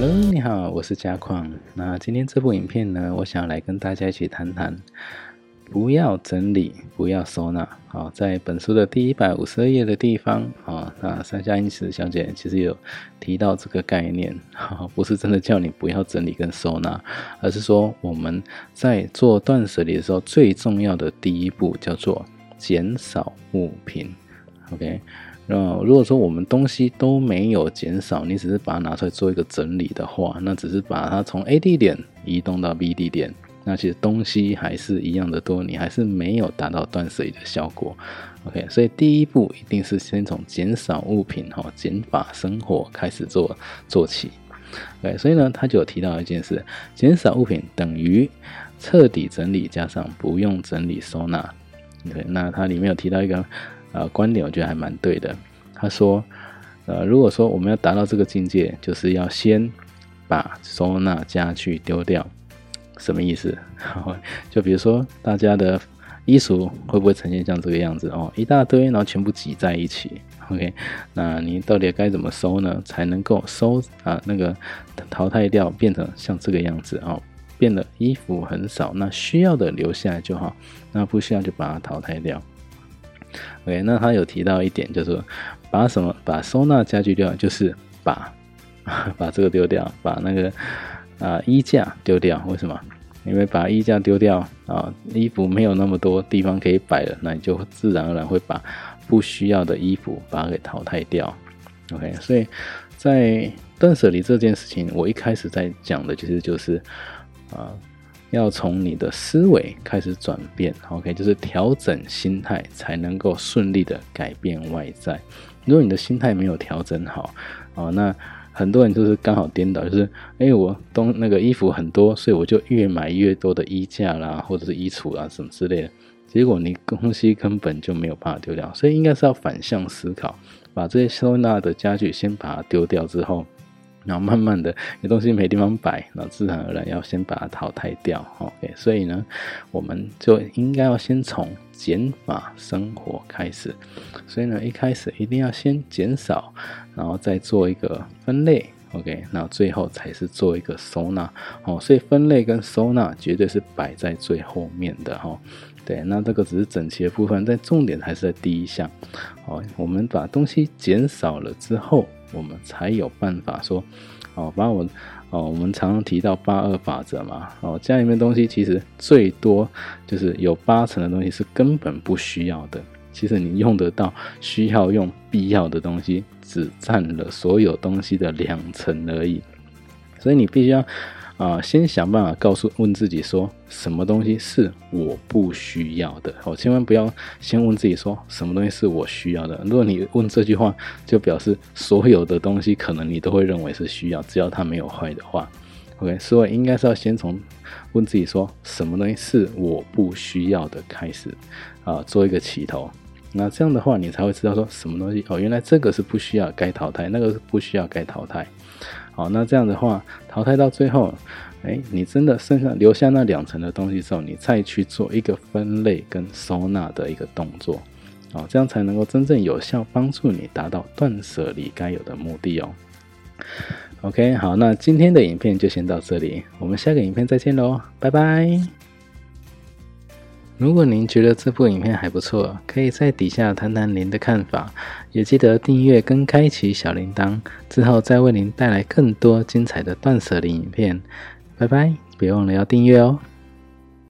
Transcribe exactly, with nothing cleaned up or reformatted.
Hello， 你好，我是嘉矿。那今天这部影片呢，我想来跟大家一起谈谈，不要整理，不要收纳。好，在本书的第一百五十二页的地方，啊，那山下英子小姐其实有提到这个概念，不是真的叫你不要整理跟收纳，而是说我们在做断舍离的时候，最重要的第一步叫做减少物品。OK。那如果说我们东西都没有减少，你只是把它拿出来做一个整理的话，那只是把它从 A 地点移动到 B 地点，那其实东西还是一样的多，你还是没有达到断舍离的效果。OK， 所以第一步一定是先从减少物品、减法生活开始做做起。OK， 所以呢，他就有提到一件事，减少物品等于彻底整理加上不用整理收纳。OK， 那他里面有提到一个呃，观点我觉得还蛮对的。他说，呃，如果说我们要达到这个境界，就是要先把收纳家具丢掉。什么意思？就比如说大家的衣橱会不会呈现像这个样子哦，一大堆，然后全部挤在一起。OK， 那你到底该怎么收呢？才能够收啊那个淘汰掉，变成像这个样子哦，变得衣服很少，那需要的留下来就好，那不需要就把它淘汰掉。OK， 那他有提到一点，就是把什么把收纳家具丢掉，就是把把这个丢掉，把那个啊、呃、衣架丢掉。为什么？因为把衣架丢掉啊，衣服没有那么多地方可以摆了，那你就自然而然会把不需要的衣服把它给淘汰掉。OK， 所以在断舍离这件事情，我一开始在讲的其实就是啊。要从你的思维开始转变 ，OK， 就是调整心态，才能够顺利的改变外在。如果你的心态没有调整好，哦，那很多人就是刚好颠倒，就是，哎、欸，我东那个衣服很多，所以我就越买越多的衣架啦，或者是衣橱啦什么之类的。结果你东西根本就没有办法丢掉，所以应该是要反向思考，把这些收纳的家具先把它丢掉之后。然后慢慢的有东西没地方摆，然后自然而然要先把它淘汰掉。OK， 所以呢，我们就应该要先从减法生活开始。所以呢，一开始一定要先减少，然后再做一个分类。OK， 那最后才是做一个收纳。哦，所以分类跟收纳绝对是摆在最后面的哈。对，那这个只是整齐的部分，但重点还是在第一项。哦，我们把东西减少了之后，我们才有办法说，哦，把我，哦，我们常常提到八二法则嘛，哦，家里面东西其实最多就是有八成的东西是根本不需要的。其实你用得到、需要用、必要的东西，只占了所有东西的两成而已。所以你必须要。啊、呃，先想办法告诉问自己说，什么东西是我不需要的。哦，千万不要先问自己说，什么东西是我需要的。如果你问这句话，就表示所有的东西可能你都会认为是需要，只要它没有坏的话。OK， 所以应该是要先从问自己说，什么东西是我不需要的开始啊、呃，做一个起头。那这样的话，你才会知道说什么东西哦，原来这个是不需要该淘汰，那个是不需要该淘汰。好，那这样的话，淘汰到最后，哎，你真的剩下留下那两层的东西之后，你再去做一个分类跟收纳的一个动作，好，这样才能够真正有效帮助你达到断舍离该有的目的哦。OK， 好，那今天的影片就先到这里，我们下个影片再见咯，拜拜。如果您觉得这部影片还不错，可以在底下谈谈您的看法，也记得订阅跟开启小铃铛，之后再为您带来更多精彩的断舍离影片。拜拜，别忘了要订阅哦。